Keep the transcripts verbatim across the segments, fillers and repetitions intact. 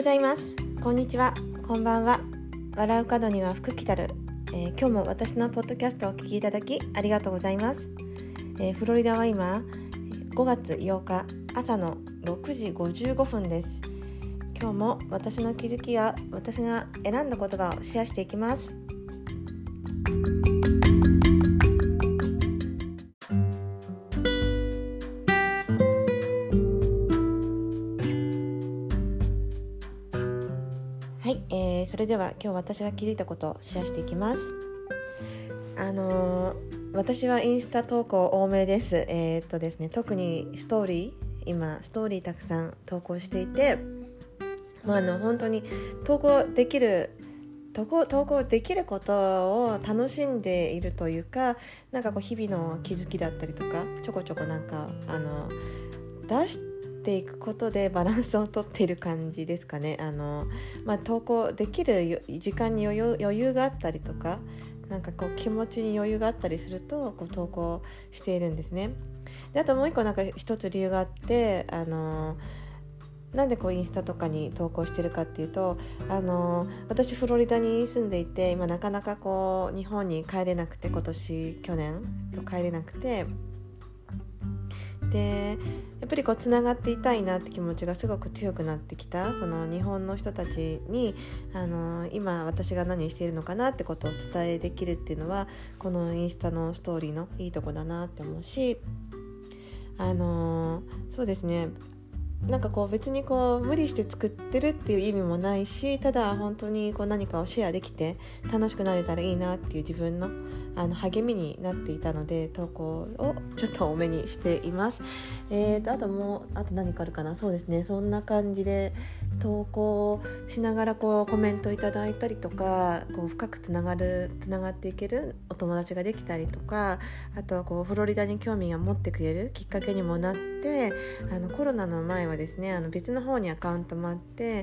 ございます。こんにちは、こんばんは。笑う角には福来たる、えー、今日も私のポッドキャストをお聞きいただきありがとうございます。えー、フロリダは今ごがつようか朝のろくじごじゅうごふんです。今日も私の気づきや私が選んだ言葉をシェアしていきます。はい、えー、それでは今日私が気づいたことをシェアしていきます。あのー、私はインスタ投稿多めです。えー、っとですね、特にストーリー、今ストーリーたくさん投稿していて、まあ、あの本当に投稿できる投稿、投稿できることを楽しんでいるというか、なんかこう日々の気づきだったりとか、ちょこちょこなんかあの出していくことでバランスをとっている感じですかね。あの、まあ、投稿できる時間に余裕、余裕があったりとか、なんかこう気持ちに余裕があったりするとこう投稿しているんですね。であともう一個なんか一つ理由があって、あのなんでこうインスタとかに投稿してるかっていうと、あの私フロリダに住んでいて、今なかなかこう日本に帰れなくて、今年去年と帰れなくて、でやっぱりこうつながっていたいなって気持ちがすごく強くなってきた。その日本の人たちにあの今私が何しているのかなってことを伝えできるっていうのは、このインスタのストーリーのいいとこだなって思うし、あのそうですね、なんかこう別にこう無理して作ってるっていう意味もないし、ただ本当にこう何かをシェアできて楽しくなれたらいいなっていう自分のあの励みになっていたので、投稿をちょっと多めにしています。えーとあともうあと何かあるかな。そうですね、そんな感じで投稿しながらこうコメントいただいたりとか、こう深くつながるつながっていけるお友達ができたりとか、あとはこうフロリダに興味が持ってくれるきっかけにもなって、あのコロナの前はですね、あの別の方にアカウントもあって、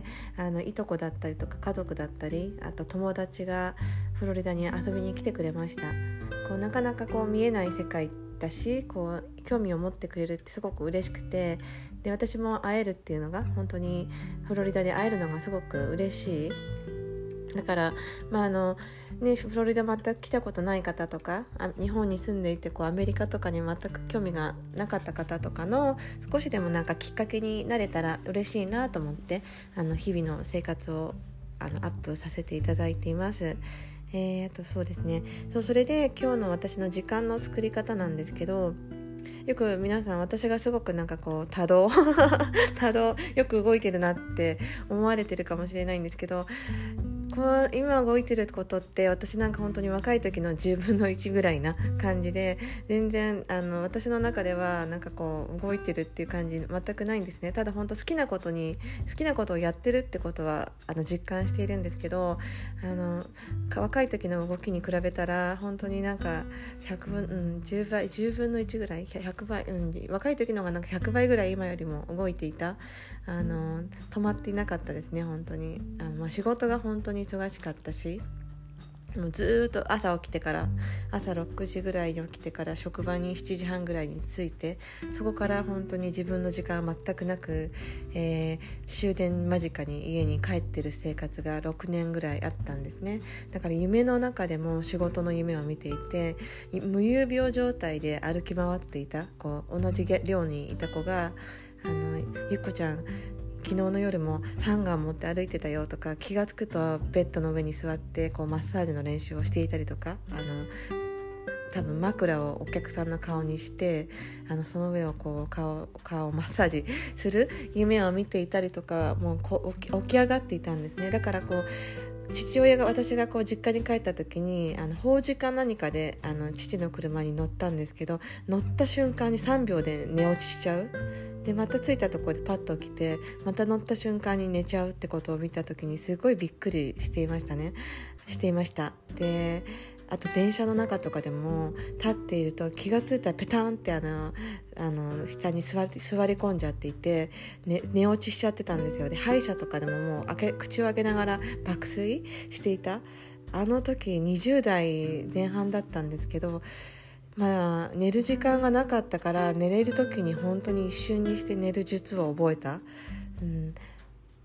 あのいとこだったりとか家族だったり、あと友達がフロリダに遊びに来てくれました。こうなかなかこう見えない世界だし、こう興味を持ってくれるってすごく嬉しくて、で私も会えるっていうのが本当にフロリダで会えるのがすごく嬉しい。だから、まああのね、フロリダ全く来たことない方とか、日本に住んでいてこうアメリカとかに全く興味がなかった方とかの少しでもなんかきっかけになれたら嬉しいなと思って、あの日々の生活をあのアップさせていただいています。えー、あとそうですね、そうそれで今日の私の時間の作り方なんですけど、よく皆さん私がすごくなんかこう多動多動よく動いてるなって思われてるかもしれないんですけど、こう今動いてることって私なんか本当に若い時のじゅうぶんのいちぐらいな感じで、全然あの私の中ではなんかこう動いてるっていう感じ全くないんですね。ただ本当好きなことに好きなことをやってるってことはあの実感しているんですけど、あの若い時の動きに比べたら本当になんかひゃくぶん、うん、じゅうばいじゅうぶんのいちぐらいひゃくばい、うん、若い時の方がなんかひゃくばいぐらい今よりも動いていた。あの止まっていなかったですね。本当にあの、まあ、仕事が本当に忙しかったし、もうずっと朝起きてから朝ろくじぐらいに起きてから職場にしちじはんぐらいに着いて、そこから本当に自分の時間は全くなく、えー、終電間近に家に帰ってる生活がろくねんぐらいあったんですね。だから夢の中でも仕事の夢を見ていて、無遊病状態で歩き回っていたこう同じ寮にいた子が、あのゆっこちゃん昨日の夜もハンガー持って歩いてたよとか、気がつくとベッドの上に座ってこうマッサージの練習をしていたりとか、あの多分枕をお客さんの顔にして、あのその上をこう顔、顔をマッサージする夢を見ていたりとか、もうこう起き、起き上がっていたんですね。だからこう父親が私がこう実家に帰った時にあの法事か何かであの父の車に乗ったんですけど、乗った瞬間にさんびょうで寝落ちしちゃう。でまた着いたところでパッと起きて、また乗った瞬間に寝ちゃうってことを見た時にすごいびっくりしていましたねしていましたであと電車の中とかでも立っていると気がついたらペタンってあのあの下に座り、座り込んじゃっていて、ね、寝落ちしちゃってたんですよ。で歯医者とかでももう開け口を開けながら爆睡していた。あの時にじゅう代前半だったんですけど、まあ寝る時間がなかったから寝れる時に本当に一瞬にして寝る術を覚えた、うん、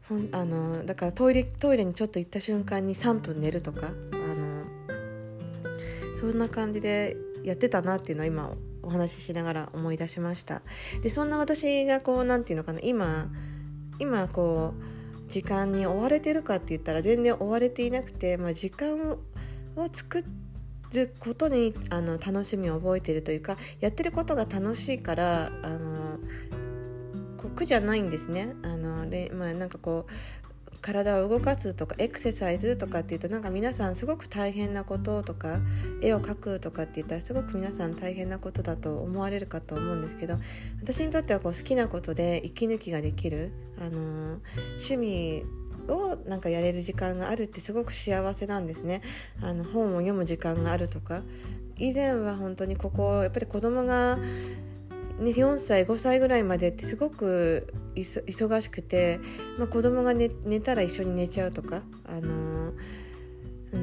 ほんあのだからトイレトイレにちょっと行った瞬間にさんぷん寝るとか、あのそんな感じでやってたなっていうのは今お話ししながら思い出しました。でそんな私がこうなんていうのかな、今今こう時間に追われてるかって言ったら全然追われていなくて、まあ、時間を作ることにあの楽しみを覚えているというか、やってることが楽しいからあのこう苦じゃないんですね。あの、まあ、なんかこう体を動かすとかエクササイズとかっていうと、なんか皆さんすごく大変なこととか、絵を描くとかって言ったらすごく皆さん大変なことだと思われるかと思うんですけど、私にとってはこう好きなことで息抜きができる、あの趣味をなんかやれる時間があるってすごく幸せなんですね。あの本を読む時間があるとか、以前は本当にここやっぱり子供がよんさいごさいぐらいまでってすごく忙しくて、まあ、子供が 寝, 寝たら一緒に寝ちゃうとか、あのーうん、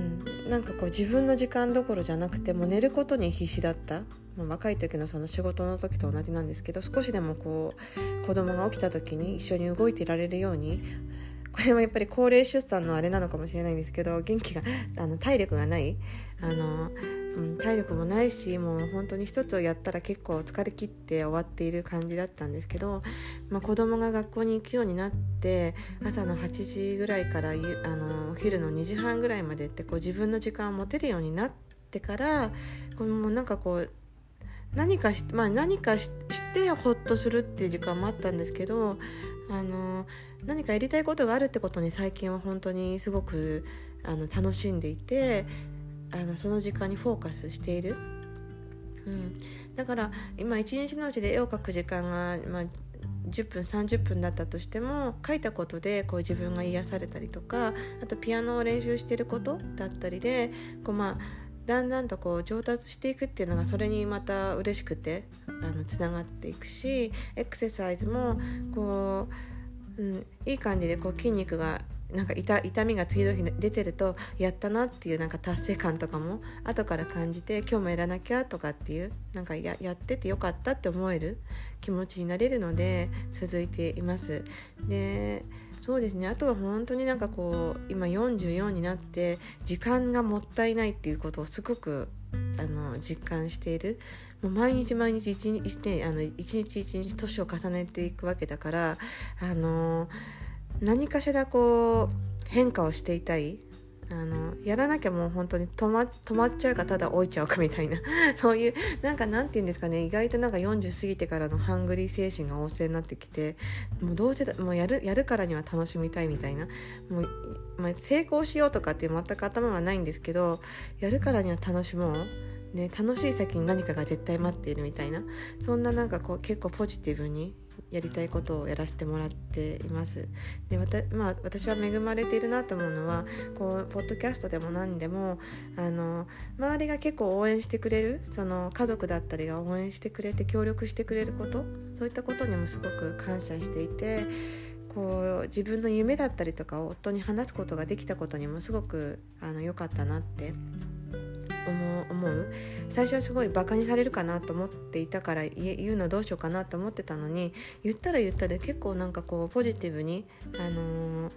なんかこう自分の時間どころじゃなくてもう寝ることに必死だった、まあ、若い時のその仕事の時と同じなんですけど、少しでもこう子供が起きた時に一緒に動いていられるように、これはやっぱり高齢出産のあれなのかもしれないんですけど、元気があの体力がないあの、うん、体力もないし、もう本当に一つをやったら結構疲れ切って終わっている感じだったんですけど、まあ、子供が学校に行くようになって朝のはちじぐらいからあのお昼のにじはんぐらいまでってこう自分の時間を持てるようになってから、こうもうなんかこう何かし、まあ、何か し, してホッとするっていう時間もあったんですけど、あの何かやりたいことがあるってことに最近は本当にすごくあの楽しんでいて、あのその時間にフォーカスしている、うん、だから今一日のうちで絵を描く時間が、まあ、じゅっぷんさんじゅっぷんだったとしても、描いたことでこう自分が癒されたりとか、あとピアノを練習していることだったりでこう、まあだんだんとこう上達していくっていうのがそれにまた嬉しくてあのつながっていくし、エクササイズもこう、うん、いい感じでこう筋肉がなんか 痛, 痛みが次の日出てるとやったなっていうなんか達成感とかも後から感じて、今日もやらなきゃとかっていうなんか や, やっててよかったって思える気持ちになれるので続いています。でそうですね、あとは本当になんかこう今よんじゅうよんになって時間がもったいないっていうことをすごくあの実感している。もう毎日毎日一日、ね、あの一日一日年を重ねていくわけだから、あの何かしらこう変化をしていたい、あのやらなきゃもう本当に止ま、止まっちゃうかただ置いちゃうかみたいなそういうなんかなんて言うんですかね、意外となんかよんじゅう過ぎてからのハングリー精神が旺盛になってきて、もうどうせもうやる、やるからには楽しみたいみたいな、もう、まあ、成功しようとかって全く頭はないんですけど、やるからには楽しもうね、楽しい先に何かが絶対待っているみたいな、そんななんかこう結構ポジティブにやりたいことをやらせてもらっています。で、わた、まあ、私は恵まれているなと思うのは、こうポッドキャストでも何でもあの周りが結構応援してくれる、その家族だったりが応援してくれて協力してくれること、そういったことにもすごく感謝していて、こう自分の夢だったりとかを夫に話すことができたことにもすごくあの良かったなって思う、思う最初はすごいバカにされるかなと思っていたから言うのどうしようかなと思ってたのに、言ったら言ったで結構なんかこうポジティブに、あのー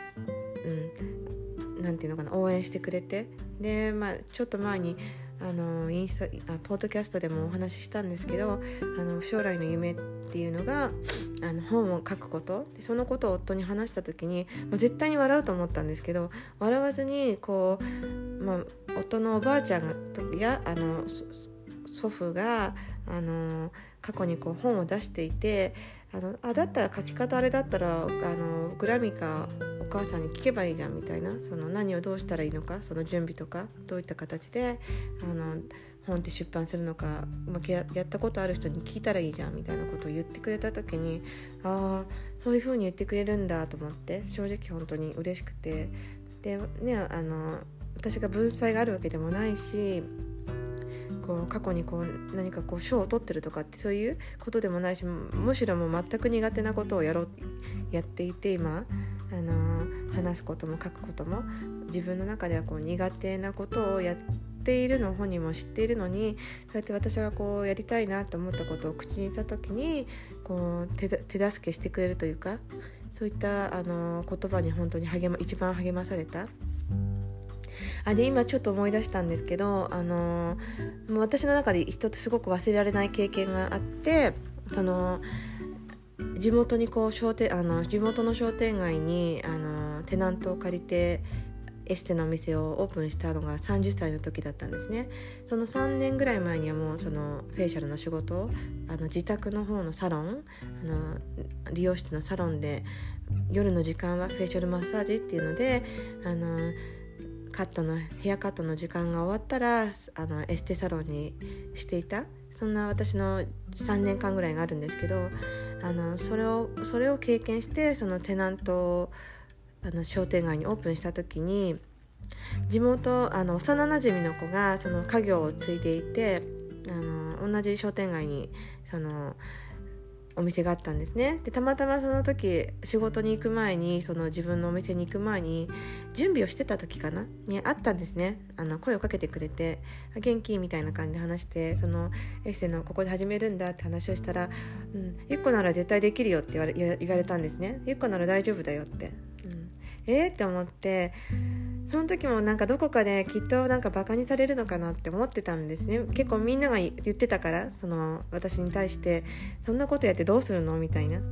うん、なんていうのかな、応援してくれて、で、まあ、ちょっと前にあのインスタあポッドキャストでもお話ししたんですけど、あの将来の夢っていうのがあの本を書くことで、そのことを夫に話した時に、まあ、絶対に笑うと思ったんですけど、笑わずにこう、まあ、夫のおばあちゃんやあの祖父があの過去にこう本を出していて、あのあだったら書き方あれだったらあのグラミカお母さんに聞けばいいじゃんみたいな、その何をどうしたらいいのか、その準備とかどういった形であの本って出版するのか、まあ、や, やったことある人に聞いたらいいじゃんみたいなことを言ってくれた時に、ああそういう風に言ってくれるんだと思って、正直本当に嬉しくて、でね、あの私が文才があるわけでもないし、こう過去にこう何かこう賞を取ってるとかってそういうことでもないし、むしろもう全く苦手なことをやろうやっていて、今あの話すことも書くことも自分の中ではこう苦手なことをやっているのを本人も知っているのに、そうやって私がこうやりたいなと思ったことを口にした時にこう 手, 手助けしてくれるというか、 そういったあの言葉に本当に励ま一番励まされた。あで今ちょっと思い出したんですけど、あのもう私の中で一つすごく忘れられない経験があって、その地元にこう商店あの地元の商店街にあのテナントを借りてエステのお店をオープンしたのがさんじゅっさいの時だったんですね。そのさんねんぐらい前にはもうそのフェイシャルの仕事をあの自宅の方のサロン、あの理容室のサロンで夜の時間はフェイシャルマッサージっていうので、あのカットのヘアカットの時間が終わったらあのエステサロンにしていた、そんな私のさんねんかんぐらいがあるんですけど、あのそれをそれを経験して、そのテナントをあの商店街にオープンした時に、地元あの幼なじみの子がその家業を継いでいて、あの同じ商店街にそのお店があったんですね。でたまたまその時仕事に行く前に、その自分のお店に行く前に準備をしてた時かなに会ったんですね。あの声をかけてくれて、元気みたいな感じで話して、そのエステのここで始めるんだって話をしたら、うん、ゆっこなら絶対できるよって言われ、言われたんですね。ゆっこなら大丈夫だよって、うん、えーって思って、その時もなんかどこかできっとなんかバカにされるのかなって思ってたんですね。結構みんなが言ってたから、その私に対してそんなことやってどうするのみたいな、うん、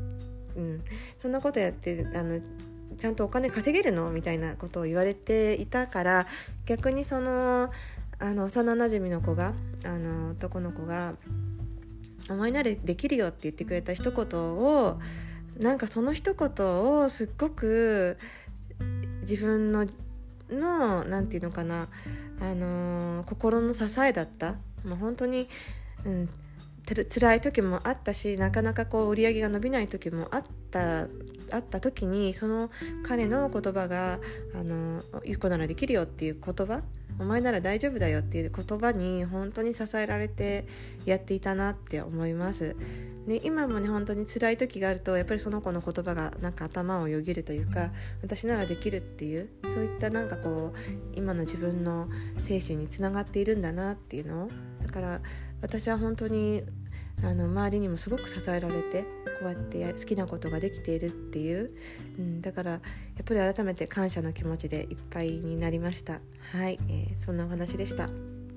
そんなことやってあのちゃんとお金稼げるのみたいなことを言われていたから、逆にそのあの幼なじみの子があの男の子がお前ならできるよって言ってくれた一言を、なんかその一言をすっごく自分ののなんていうのかな、あのー、心の支えだった。もう本当に、うん、つ辛い時もあったし、なかなかこう売り上げが伸びない時もあったあった時に、その彼の言葉が、あのー、ゆっこならできるよっていう言葉、お前なら大丈夫だよっていう言葉に本当に支えられてやっていたなって思います。で今もね、本当に辛い時があるとやっぱりその子の言葉がなんか頭をよぎるというか、私ならできるっていう、そういったなんかこう今の自分の精神につながっているんだなっていうのを、だから私は本当にあの周りにもすごく支えられて、こうやって好きなことができているっていう、うん、だからやっぱり改めて感謝の気持ちでいっぱいになりました。はい、えー、そんなお話でした。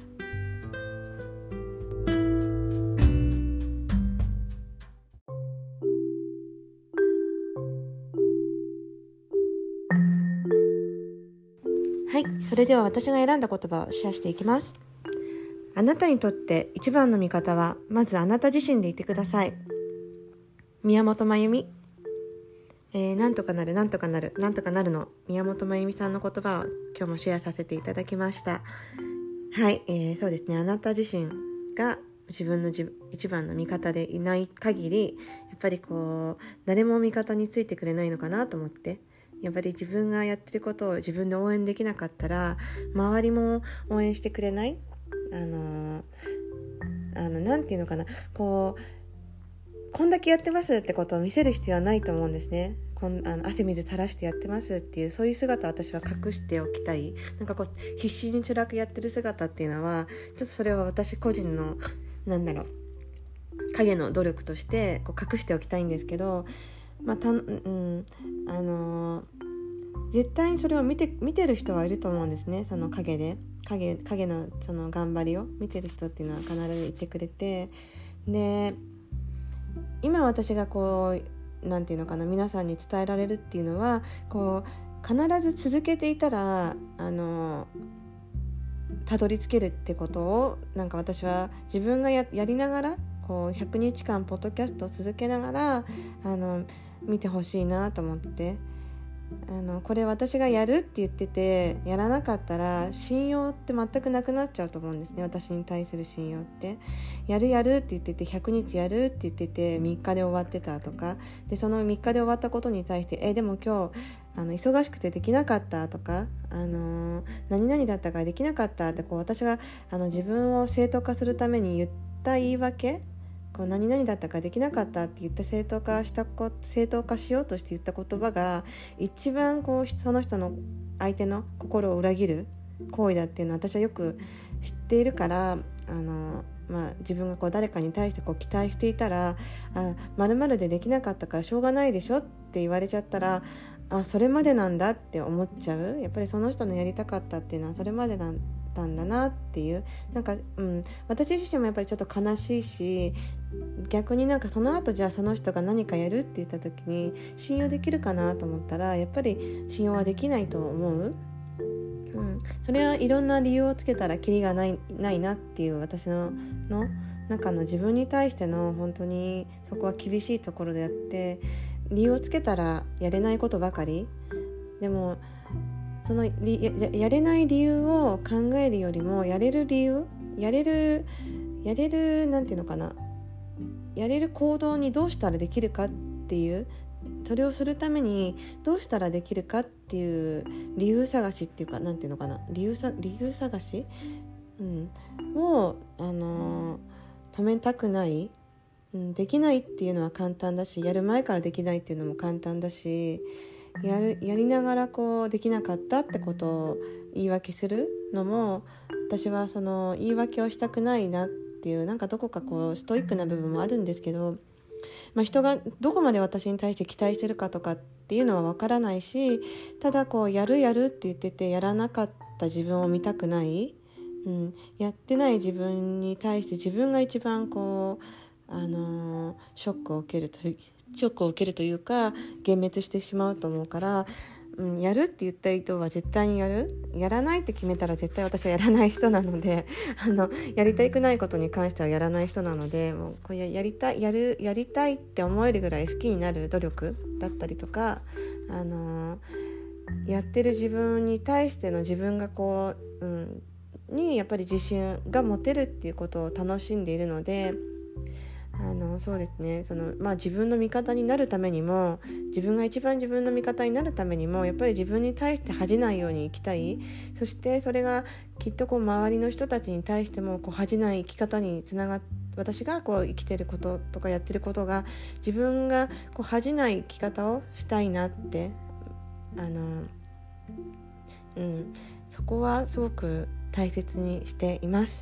はい、それでは私が選んだ言葉をシェアしていきます。あなたにとって一番の味方は、まずあなた自身でいてください。宮本真由美、えー、なんとかなるなんとかなるなんとかなるの宮本真由美さんの言葉を今日もシェアさせていただきました。はい、えー、そうですね、あなた自身が自分のじ一番の味方でいない限り、やっぱりこう誰も味方についてくれないのかなと思って、やっぱり自分がやってることを自分で応援できなかったら、周りも応援してくれない。あのあのなんていうのかな、こうこんだけやってますってことを見せる必要はないと思うんですね。こんあの汗水垂らしてやってますっていう、そういう姿を私は隠しておきたい。なんかこう必死に辛くやってる姿っていうのは、ちょっとそれは私個人のなんだろう影の努力としてこう隠しておきたいんですけど、まあたうんあのー、絶対にそれを見て見てる人はいると思うんですね。その影で影影のその頑張りを見てる人っていうのは必ずいてくれて、で今私がこうなんていうのかな、皆さんに伝えられるっていうのは、こう必ず続けていたらあのたどり着けるってことを、なんか私は自分が や, やりながらこうひゃくにちかんポッドキャストを続けながらあの見てほしいなと思って、あのこれ私がやるって言っててやらなかったら信用って全くなくなっちゃうと思うんですね。私に対する信用って、やるやるって言っててひゃくにちやるって言っててみっかで終わってたとかで、そのみっかで終わったことに対してえでも今日あの忙しくてできなかったとか、あのー、何々だったからできなかったってこう私があの自分を正当化するために言った言い訳、こう何々だったからできなかったって言った正当化したこ正当化しようとして言った言葉が一番こうその人の相手の心を裏切る行為だっていうのは私はよく知っているから、あのまあ、自分がこう誰かに対してこう期待していたら、あ、〇〇でできなかったからしょうがないでしょって言われちゃったら、あ、それまでなんだって思っちゃう。やっぱりその人のやりたかったっていうのはそれまでなんだんだなっていう、なんか、うん、私自身もやっぱりちょっと悲しいし、逆になんかその後じゃあその人が何かやるって言った時に信用できるかなと思ったら、やっぱり信用はできないと思う。うん、それはいろんな理由をつけたらキリがない、ないなっていう私のの中の自分に対しての本当にそこは厳しいところであって、理由をつけたらやれないことばかり。でもその や, やれない理由を考えるよりも、やれる理由、やれるやれるなんていうのかな、やれる行動にどうしたらできるかっていう、それをするためにどうしたらできるかっていう理由探しっていうか、なんていうのかな、理由さ理由探し、うん、を、あのー、止めたくない、うん、できないっていうのは簡単だし、やる前からできないっていうのも簡単だし、やる、やりながらこうできなかったってことを言い訳するのも、私はその言い訳をしたくないなっていう、なんかどこかこうストイックな部分もあるんですけど、まあ、人がどこまで私に対して期待してるかとかっていうのはわからないし、ただこうやるやるって言っててやらなかった自分を見たくない、うん、やってない自分に対して自分が一番こう、あのー、ショックを受けるというショックを受けるというか幻滅してしまうと思うから、うん、やるって言った人は絶対にやる、やらないって決めたら絶対私はやらない人なのであのやりたくないことに関してはやらない人なので、もうこう や, やりたいやるやりたいって思えるぐらい好きになる努力だったりとか、あのやってる自分に対しての自分がこう、うん、にやっぱり自信が持てるっていうことを楽しんでいるので、あのそうですね、その、まあ、自分の味方になるためにも、自分が一番自分の味方になるためにも、やっぱり自分に対して恥じないように生きたい。そしてそれがきっとこう周りの人たちに対してもこう恥じない生き方につながって、私がこう生きてることとかやってることが自分がこう恥じない生き方をしたいなって、あの、うん、そこはすごく大切にしています。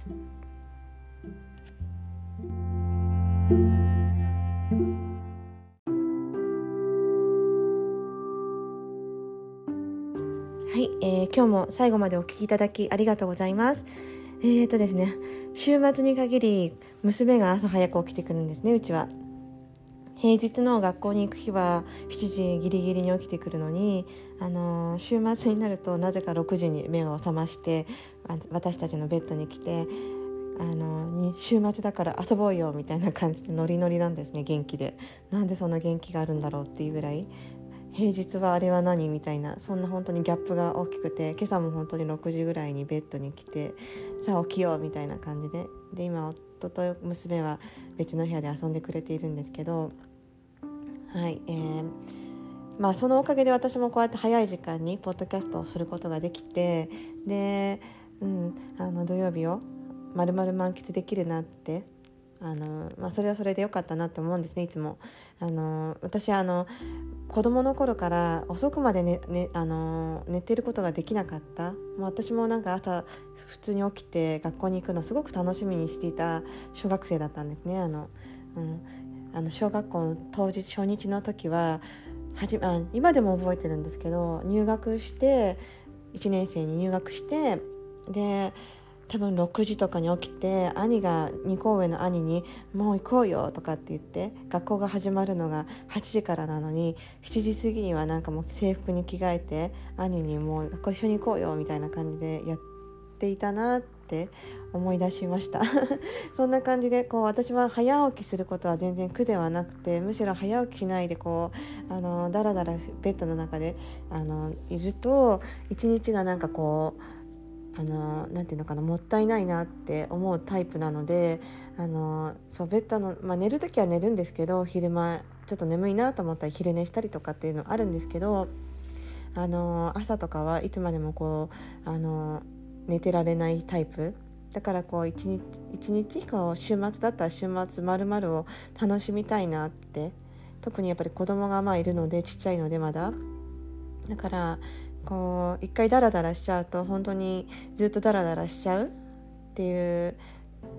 はい、えー、今日も最後までお聞きいただきありがとうございます。えーとですね、週末に限り娘が朝早く起きてくるんですね。うちは平日の学校に行く日はしちじギリギリに起きてくるのに、あのー、週末になるとなぜかろくじに目を覚まして私たちのベッドに来て、あの週末だから遊ぼうよみたいな感じでノリノリなんですね。元気で、なんでそんな元気があるんだろうっていうぐらい、平日はあれは何みたいな、そんな本当にギャップが大きくて、今朝も本当にろくじぐらいにベッドに来て、さあ起きようみたいな感じで、で今夫と娘は別の部屋で遊んでくれているんですけど、はい、えーまあ、そのおかげで私もこうやって早い時間にポッドキャストをすることができて、で、うん、あの土曜日を丸々満喫できるなって、あの、まあ、それはそれでよかったなと思うんですね。いつもあの私あの子供の頃から遅くまで寝、ね、あの寝てることができなかった。もう私もなんか朝普通に起きて学校に行くのすごく楽しみにしていた小学生だったんですね。あの、うん、あの小学校の当日初日の時ははじあ今でも覚えてるんですけど、入学していちねん生に入学して、で多分ろくじとかに起きて、兄がにこ上の兄にもう行こうよとかって言って、学校が始まるのがはちじからなのにしちじ過ぎにはなんかもう制服に着替えて兄にもう学校一緒に行こうよみたいな感じでやっていたなって思い出しましたそんな感じでこう私は早起きすることは全然苦ではなくて、むしろ早起きしないでこうあのだらだらベッドの中であのいると一日がなんかこうあのなんていうのかな、もったいないなって思うタイプなので、あのそうベッドの、まあ、寝るときは寝るんですけど、昼間ちょっと眠いなと思ったら昼寝したりとかっていうのあるんですけど、あの朝とかはいつまでもこうあの寝てられないタイプだから、こう一日一日こう週末だったら週末丸々を楽しみたいなって、特にやっぱり子供がまあいるので、ちっちゃいのでまだだからこう一回ダラダラしちゃうと本当にずっとダラダラしちゃうっていう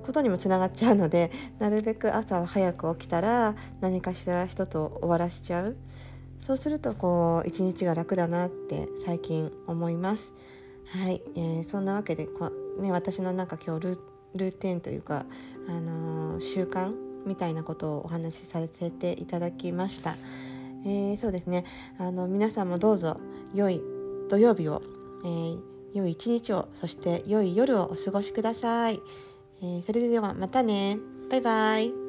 ことにもつながっちゃうので、なるべく朝早く起きたら何かしら人と終わらしちゃう。そうするとこう一日が楽だなって最近思います。はい、えー、そんなわけでこ、ね、私のなんか今日ル、ルーティンというか、あのー、習慣みたいなことをお話しさせていただきました。えー、そうですね、あの皆さんもどうぞ良い土曜日を、えー、良い一日を、そして良い夜をお過ごしください。えー、それではまたね。バイバイ。